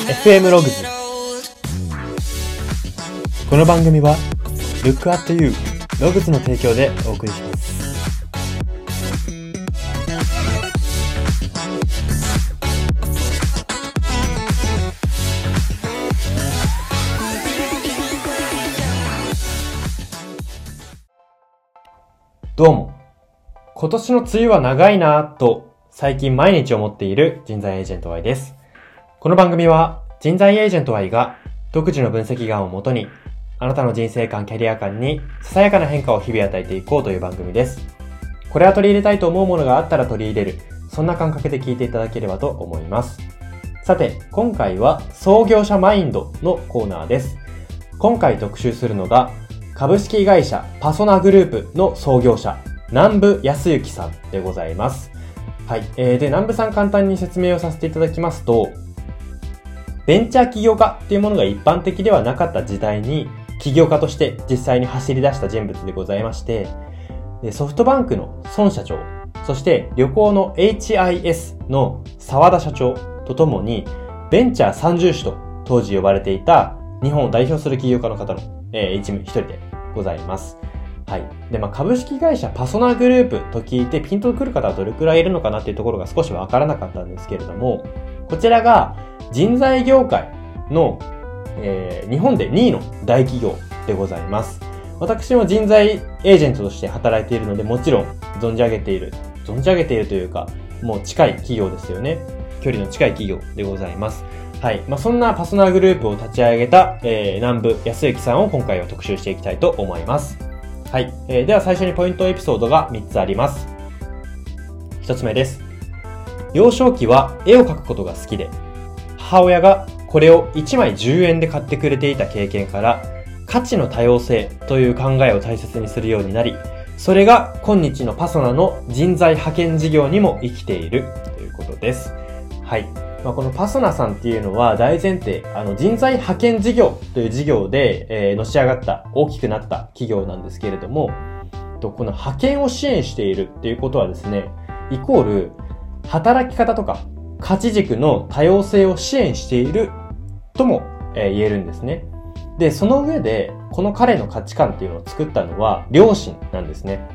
FM ログズ。この番組は Look at You ログズの提供でお送りします。どうも、今年の梅雨は長いなぁと最近毎日思っている人材エージェント Y です。この番組は人材エージェント Y が独自の分析眼をもとにあなたの人生観、キャリア観にささやかな変化を日々与えていこうという番組です。これは取り入れたいと思うものがあったら取り入れる、そんな感覚で聞いていただければと思います。さて、今回は創業者マインドのコーナーです。今回特集するのが株式会社パソナグループの創業者、南部康之さんでございます。はい。で、南部さん簡単に説明をさせていただきますと、ベンチャー起業家っていうものが一般的ではなかった時代に、起業家として実際に走り出した人物でございまして、ソフトバンクの孫社長、そして旅行の HIS の澤田社長とともに、ベンチャー三重士と当時呼ばれていた日本を代表する起業家の方の一人でございます。はい。で、株式会社パソナグループと聞いてピンとくる方はどれくらいいるのかなっていうところが少しわからなかったんですけれども、こちらが人材業界の、日本で2位の大企業でございます。私も人材エージェントとして働いているので、もちろん存じ上げているというか、もう近い企業ですよね。距離の近い企業でございます。はい。そんなパソナグループを立ち上げた、南部康之さんを今回は特集していきたいと思います。はい。では最初にポイントエピソードが3つあります。1つ目です。幼少期は絵を描くことが好きで、母親がこれを1枚10円で買ってくれていた経験から、価値の多様性という考えを大切にするようになり、それが今日のパソナの人材派遣事業にも生きているということです。はい。このパソナさんっていうのは大前提、人材派遣事業という事業で、のし上がった、大きくなった企業なんですけれども、この派遣を支援しているっていうことはですね、イコール、働き方とか価値軸の多様性を支援しているとも、言えるんですね。で、その上で、この彼の価値観っていうのを作ったのは両親なんですね。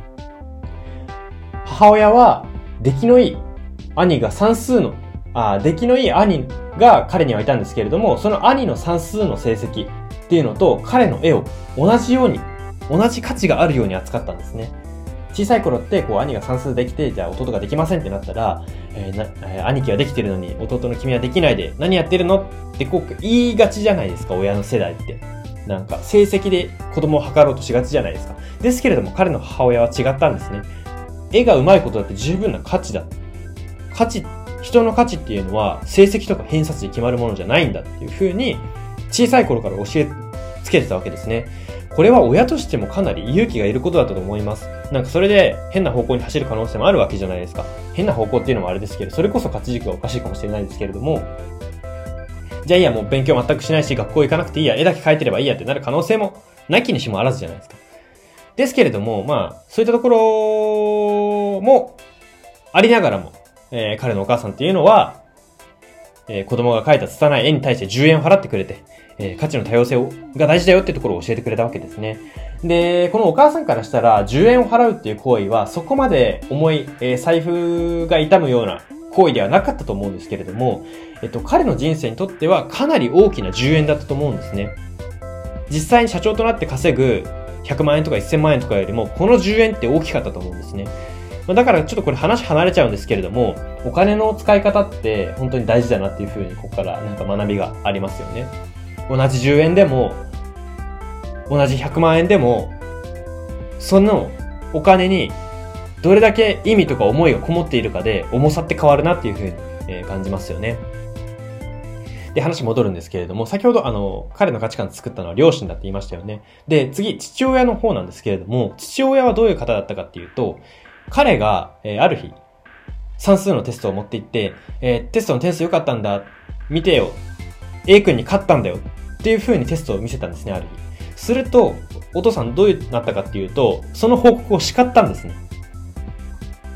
母親は、出来のいい兄が出来のいい兄が彼にはいたんですけれども、その兄の算数の成績っていうのと彼の絵を同じ価値があるように扱ったんですね。小さい頃って兄が算数できて、じゃあ弟ができませんってなったら、兄貴はできてるのに弟の君はできないで何やってるのって言いがちじゃないですか、親の世代って。なんか成績で子供を測ろうとしがちじゃないですか。ですけれども彼の母親は違ったんですね。絵が上手いことだって十分な価値だ。人の価値っていうのは成績とか偏差値で決まるものじゃないんだっていう風に小さい頃から教えつけてたわけですね。これは親としてもかなり勇気がいることだと思います。なんかそれで変な方向に走る可能性もあるわけじゃないですか。変な方向っていうのもあれですけど、それこそ価値軸がおかしいかもしれないですけれども、じゃあいいや、もう勉強全くしないし学校行かなくていいや、絵だけ描いてればいいやってなる可能性もなきにしもあらずじゃないですか。ですけれども、そういったところもありながらも、彼のお母さんっていうのは、子供が描いた拙い絵に対して10円を払ってくれて、価値の多様性が大事だよってところを教えてくれたわけですね。で、このお母さんからしたら10円を払うっていう行為はそこまで重い、財布が痛むような行為ではなかったと思うんですけれども、彼の人生にとってはかなり大きな10円だったと思うんですね。実際に社長となって稼ぐ100万円とか1000万円とかよりもこの10円って大きかったと思うんですね。だからちょっとこれ話離れちゃうんですけれども、お金の使い方って本当に大事だなっていう風にここからなんか学びがありますよね。同じ10円でも、同じ100万円でも、そのお金にどれだけ意味とか思いがこもっているかで重さって変わるなっていう風に感じますよね。で、話戻るんですけれども、先ほど彼の価値観作ったのは両親だって言いましたよね。で、次、父親の方なんですけれども、父親はどういう方だったかっていうと、彼が、ある日、算数のテストを持って行って、テストの点数良かったんだ、見てよ、A 君に勝ったんだよっていう風にテストを見せたんですね、ある日。すると、お父さんどうなったかっていうと、その報告を叱ったんですね。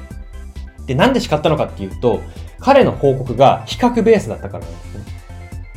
で、なんで叱ったのかっていうと、彼の報告が比較ベースだったからなんですね。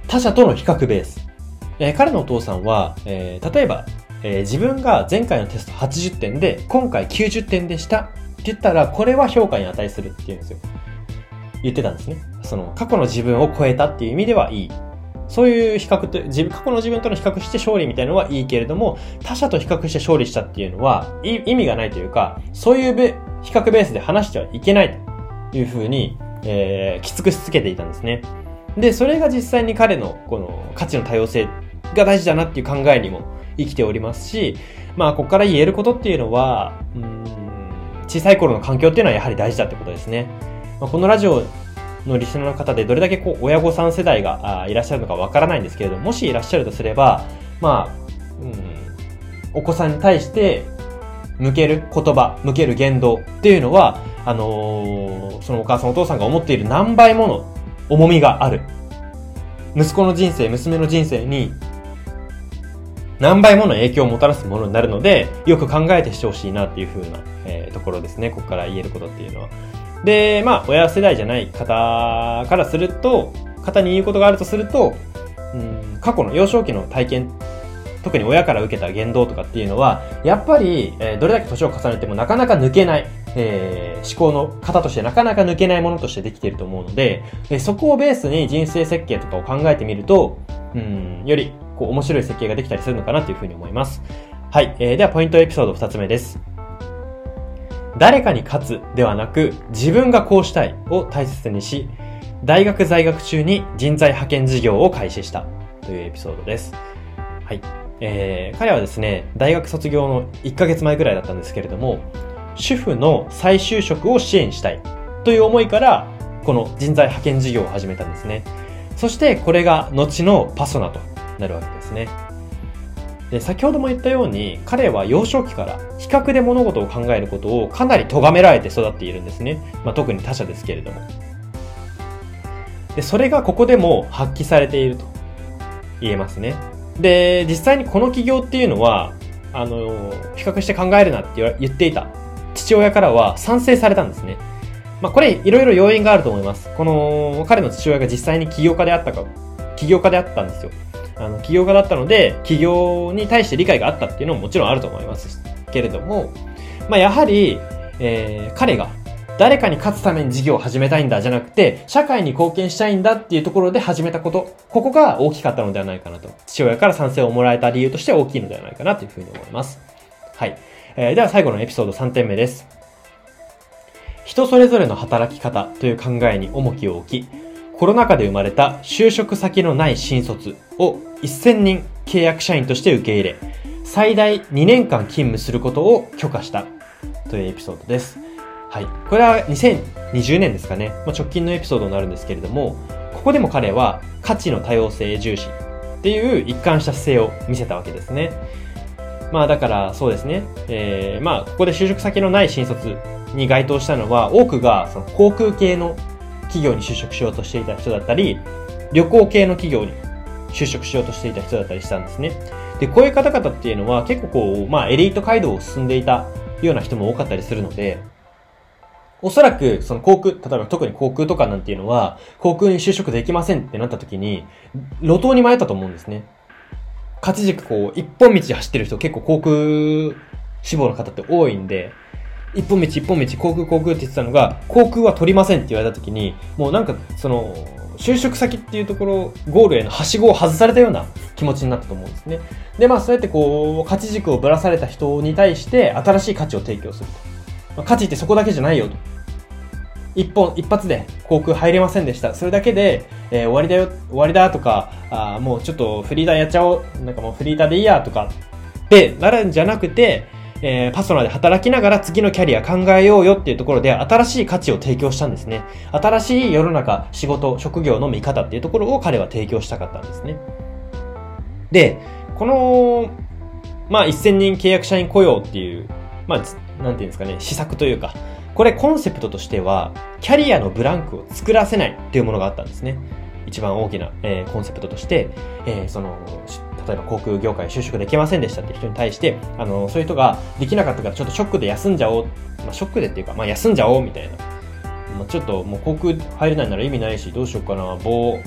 他者との比較ベース。彼のお父さんは、例えば、自分が前回のテスト80点で、今回90点でしたって言ったら、これは評価に値するって言うんですよ。言ってたんですね。その、過去の自分を超えたっていう意味ではいい。そういう比較と、過去の自分との比較して勝利みたいなのはいいけれども、他者と比較して勝利したっていうのは、意味がないというか、そういう比較ベースで話してはいけないというふうに、きつくしつけていたんですね。で、それが実際に彼のこの価値の多様性が大事だなっていう考えにも生きておりますし、まあ、ここから言えることっていうのは、小さい頃の環境っていうのはやはり大事だってことですね。まあ、このラジオのリスナーの方でどれだけ親御さん世代がいらっしゃるのかわからないんですけれども、もしいらっしゃるとすれば、まあ、お子さんに対して向ける言葉、向ける言動っていうのは、そのお母さんお父さんが思っている何倍もの重みがある。息子の人生、娘の人生に何倍もの影響をもたらすものになるので、よく考えてしてほしいなっていう風な、ところですね。ここから言えることっていうのは。で、まあ、親世代じゃない方からすると、方に言うことがあるとすると、過去の幼少期の体験、特に親から受けた言動とかっていうのは、やっぱり、どれだけ年を重ねてもなかなか抜けない、思考の方としてなかなか抜けないものとしてできていると思うので、そこをベースに人生設計とかを考えてみると、より面白い設計ができたりするのかなというふうに思います。はい、ではポイントエピソード2つ目です。誰かに勝つではなく、自分がこうしたいを大切にし、大学在学中に人材派遣事業を開始したというエピソードです。はい。彼はですね、大学卒業の1ヶ月前くらいだったんですけれども、主婦の再就職を支援したいという思いから、この人材派遣事業を始めたんですね。そしてこれが後のパソナとなるわけですね。で、先ほども言ったように、彼は幼少期から比較で物事を考えることをかなり咎められて育っているんですね。まあ、特に他者ですけれども。で、それがここでも発揮されていると言えますね。で、実際にこの企業っていうのは、比較して考えるなって言っていた父親からは賛成されたんですね。まあ、これいろいろ要因があると思います。この、彼の父親が実際に起業家であったんですよ。起業家だったので、起業に対して理解があったっていうのももちろんあると思いますけれども、まあ、やはり、彼が誰かに勝つために事業を始めたいんだじゃなくて、社会に貢献したいんだっていうところで始めたこと、ここが大きかったのではないかなと。父親から賛成をもらえた理由としては大きいのではないかなというふうに思います。はい。では最後のエピソード3点目です。人それぞれの働き方という考えに重きを置き、コロナ禍で生まれた就職先のない新卒を1000人契約社員として受け入れ、最大2年間勤務することを許可したというエピソードです。はい。これは2020年ですかね。直近のエピソードになるんですけれども、ここでも彼は価値の多様性重視っていう一貫した姿勢を見せたわけですね。まあだからそうですね。まあここで就職先のない新卒に該当したのは多くがその航空系の企業に就職しようとしていた人だったり、旅行系の企業に就職しようとしていた人だったりしたんですね。で、こういう方々っていうのは結構まあエリート街道を進んでいたような人も多かったりするので、おそらくその航空、例えば特に航空とかなんていうのは、航空に就職できませんってなった時に、路頭に迷ったと思うんですね。勝ち軸一本道走ってる人結構航空志望の方って多いんで、一本道、航空って言ってたのが、航空は取りませんって言われた時に、もうなんか、就職先っていうところ、ゴールへのはしごを外されたような気持ちになったと思うんですね。で、まあそうやって価値軸をぶらされた人に対して新しい価値を提供すると。価値ってそこだけじゃないよと。一発で航空入れませんでした。それだけで、終わりだとか、もうちょっとフリーターやっちゃおう。なんかもうフリーターでいいやとかってなるんじゃなくて、パソナで働きながら次のキャリア考えようよっていうところで新しい価値を提供したんですね。新しい世の中、仕事、職業の見方っていうところを彼は提供したかったんですね。で、この、まあ、1000人契約社員雇用っていう、まあ、なんていうんですかね、施策というか、これコンセプトとしては、キャリアのブランクを作らせないっていうものがあったんですね。一番大きな、コンセプトとして、例えば航空業界就職できませんでしたって人に対して、そういう人ができなかったからちょっとショックで休んじゃおう。まあ、ショックでっていうか、まあ、休んじゃおうみたいな。まあ、ちょっともう航空入れないなら意味ないし、どうしようかな。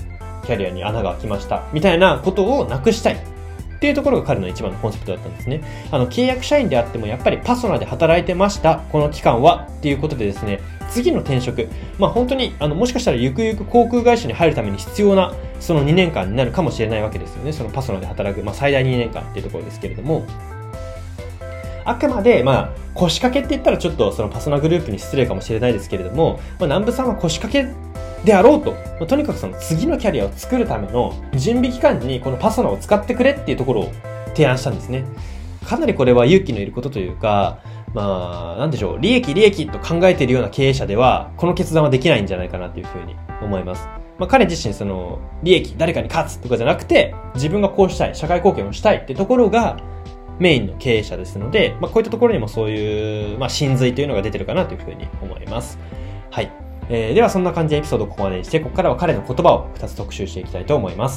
キャリアに穴が開きました。みたいなことをなくしたい。っていうところが彼の一番のコンセプトだったんですね。契約社員であってもやっぱりパソナで働いてました。この期間はっていうことでですね、次の転職、本当にもしかしたらゆくゆく航空会社に入るために必要なその2年間になるかもしれないわけですよね。そのパソナで働く、最大2年間っていうところですけれども、あくまで腰掛けって言ったらちょっとそのパソナグループに失礼かもしれないですけれども、南部さんは腰掛けであろうと、とにかくその次のキャリアを作るための準備期間にこのパソナを使ってくれっていうところを提案したんですね。かなりこれは勇気のいることというか、なんでしょう、利益と考えているような経営者ではこの決断はできないんじゃないかなというふうに思います。彼自身その利益、誰かに勝つとかじゃなくて、自分がこうしたい、社会貢献をしたいってところがメインの経営者ですので、こういったところにもそういう、真髄というのが出てるかなというふうに思います。はい。ではそんな感じでエピソードをここまでにして、ここからは彼の言葉を2つ特集していきたいと思います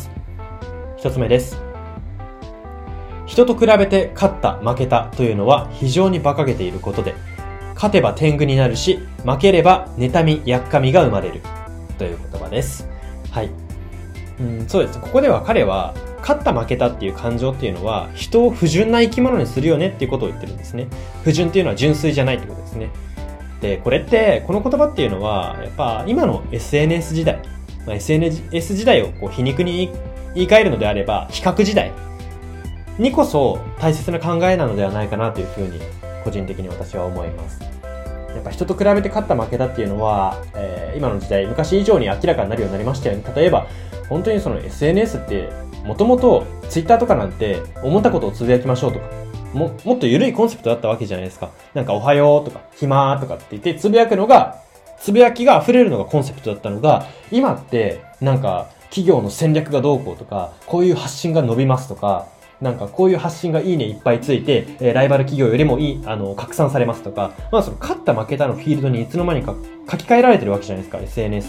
。1つ目です。人と比べて勝った負けたというのは非常に馬鹿げていることで、勝てば天狗になるし、負ければ妬みやっかみが生まれるという言葉です。はい。そうです。ここでは彼は勝った負けたっていう感情っていうのは人を不純な生き物にするよねっていうことを言ってるんですね。不純っていうのは純粋じゃないってことですね。で、これって、この言葉っていうのは、やっぱ今の SNS 時代、SNS 時代を皮肉に言い換えるのであれば、比較時代にこそ大切な考えなのではないかなというふうに、個人的に私は思います。やっぱ人と比べて勝った負けたっていうのは、今の時代、昔以上に明らかになるようになりましたよね。例えば、本当にその SNS って、もともと Twitter とかなんて、思ったことをつぶやきましょうとか、もっと緩いコンセプトだったわけじゃないですか。おはようとか、暇とかって言ってつぶやきが溢れるのがコンセプトだったのが、今って企業の戦略がどうこうとか、こういう発信が伸びますとか、こういう発信がいいねいっぱいついて、ライバル企業よりも拡散されますとか、その勝った負けたのフィールドにいつの間にか書き換えられてるわけじゃないですか、SNS って。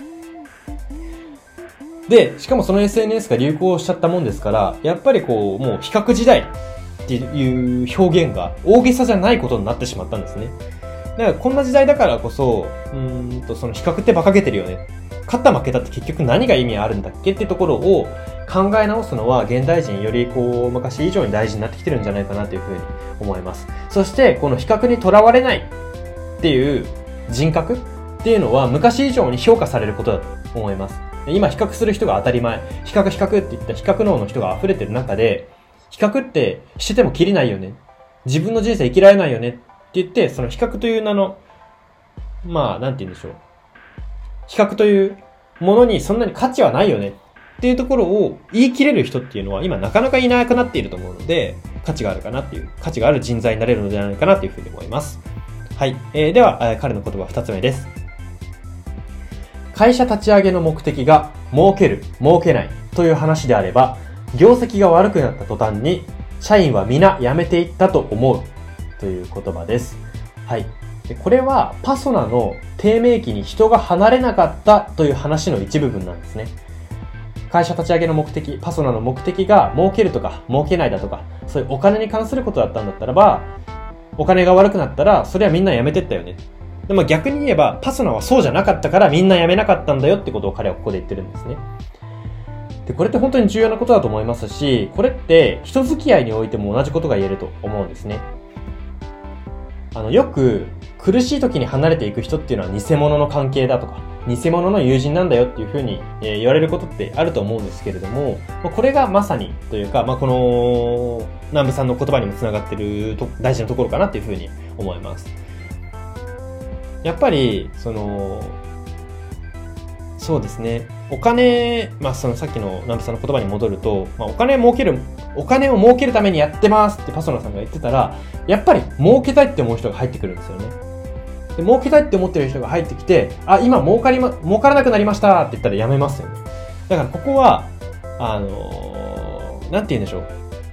で、しかもその SNS が流行しちゃったもんですから、やっぱりもう比較時代っていう表現が大げさじゃないことになってしまったんですね。だからこんな時代だからこそ、その比較って馬鹿げてるよね。勝った負けたって結局何が意味あるんだっけってところを考え直すのは現代人より昔以上に大事になってきてるんじゃないかなというふうに思います。そしてこの比較にとらわれないっていう人格っていうのは昔以上に評価されることだと思います。今比較する人が当たり前。比較って言った比較脳の人が溢れてる中で、比較ってしててもキリないよね。自分の人生生きられないよねって言って、その比較という名の、なんて言うんでしょう。比較というものにそんなに価値はないよねっていうところを言い切れる人っていうのは今なかなかいなくなっていると思うので、価値がある人材になれるのではないかなというふうに思います。はい。では、彼の言葉2つ目です。会社立ち上げの目的が儲ける、儲けないという話であれば、業績が悪くなった途端に社員は皆辞めていったと思うという言葉です。はい。これはパソナの低迷期に人が離れなかったという話の一部分なんですね。会社立ち上げの目的、パソナの目的が儲けるとか儲けないだとか、そういうお金に関することだったんだったらば、お金が悪くなったらそれはみんな辞めてったよね。でも逆に言えばパソナはそうじゃなかったからみんな辞めなかったんだよってことを彼はここで言ってるんですね。で、これって本当に重要なことだと思いますし、これって人付き合いにおいても同じことが言えると思うんですね。よく苦しい時に離れていく人っていうのは偽物の関係だとか、偽物の友人なんだよっていうふうに言われることってあると思うんですけれども、これがまさにというか、この南部さんの言葉にもつながってる大事なところかなっていうふうに思います。やっぱりそうですね。お金、さっきの南部さんの言葉に戻ると、お金を儲けるためにやってますってパソナさんが言ってたら、やっぱり儲けたいって思う人が入ってくるんですよね。で、儲けたいって思ってる人が入ってきて、今儲からなくなりましたって言ったらやめますよね。だからここは、なんて言うんでしょう。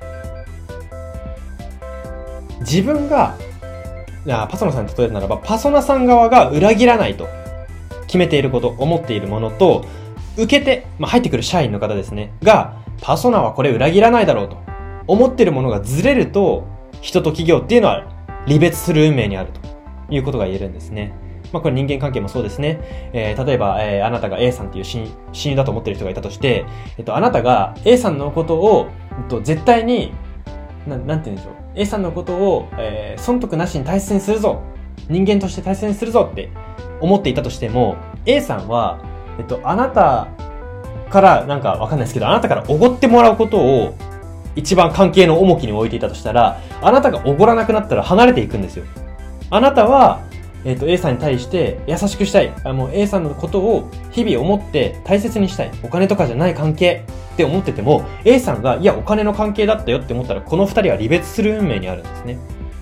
自分が、パソナさんに例えるならば、パソナさん側が裏切らないと決めていること、思っているものと、受けて、入ってくる社員の方ですね、が、パソナはこれ裏切らないだろうと思っているものがずれると、人と企業っていうのは離別する運命にあるということが言えるんですね。 まあこれ人間関係もそうですね。例えば、あなたが A さんっていう親友だと思ってる人がいたとして、あなたが A さんのことを、絶対に、なんて言うんでしょう。A さんのことを、損得なしに大切にするぞ。人間として大切にするぞって思っていたとしても、A さんは、あなたからなんかわかんないですけど、あなたからおごってもらうことを一番関係の重きに置いていたとしたら、あなたがおごらなくなったら離れていくんですよ。あなたは、A さんに対して優しくしたい。もう A さんのことを日々思って大切にしたい。お金とかじゃない関係って思ってても、A さんが、いや、お金の関係だったよって思ったら、この二人は離別する運命にあるんですね。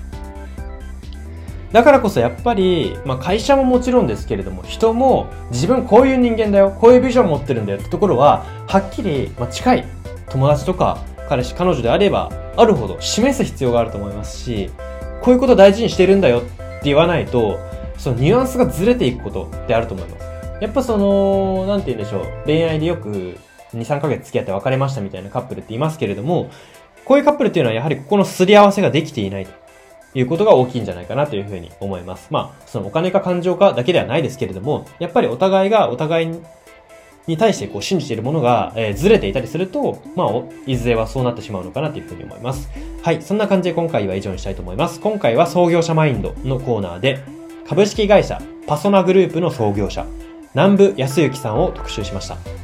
だからこそやっぱり、まあ会社ももちろんですけれども、人も自分こういう人間だよ、こういうビジョン持ってるんだよってところは、はっきり、まあ、近い友達とか彼氏、彼女であれば、あるほど示す必要があると思いますし、こういうことを大事にしてるんだよって言わないと、そのニュアンスがずれていくことってあると思います。やっぱその、なんて言うんでしょう、恋愛でよく2、3ヶ月付き合って別れましたみたいなカップルっていますけれども、こういうカップルっていうのはやはりここのすり合わせができていないということが大きいんじゃないかなというふうに思います。まあ、そのお金か感情かだけではないですけれども、やっぱりお互いがお互いに対してこう信じているものが、ずれていたりすると、まあ、いずれはそうなってしまうのかなというふうに思います。はい、そんな感じで今回は以上にしたいと思います。今回は創業者マインドのコーナーで、株式会社パソナグループの創業者、南部康之さんを特集しました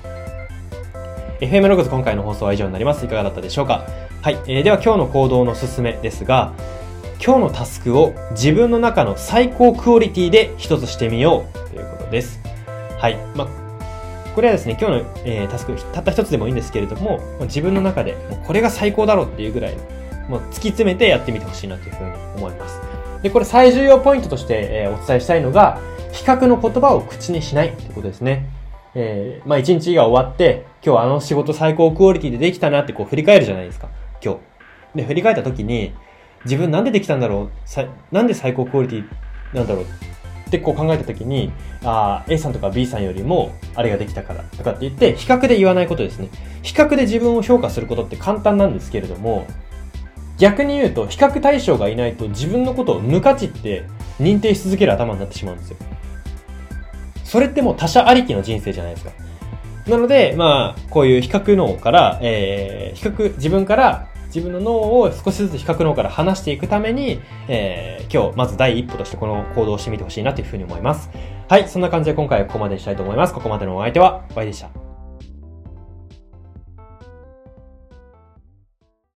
。FM ログズ今回の放送は以上になります。いかがだったでしょうか。はい、では今日の行動のすすめですが、今日のタスクを自分の中の最高クオリティで一つしてみようということです。はい。まあ、これはですね、今日の、タスクたった一つでもいいんですけれども、自分の中でもうこれが最高だろうっていうぐらい、もう突き詰めてやってみてほしいなというふうに思います。で、これ最重要ポイントとして、お伝えしたいのが、比較の言葉を口にしないということですね。まあ一日が終わって、今日あの仕事最高クオリティでできたなってこう振り返るじゃないですか、今日。で、振り返った時に、自分なんでできたんだろう、なんで最高クオリティなんだろうってこう考えた時に、A さんとか B さんよりもあれができたからとかって言って、比較で言わないことですね。比較で自分を評価することって簡単なんですけれども、逆に言うと比較対象がいないと自分のことを無価値って認定し続ける頭になってしまうんですよ。それってもう他者ありきの人生じゃないですか。なので、まあ、こういう比較脳から、自分の脳を少しずつ比較脳から離していくために、今日、まず第一歩としてこの行動をしてみてほしいなというふうに思います。はい、そんな感じで今回はここまでにしたいと思います。ここまでのお相手は、Yでした。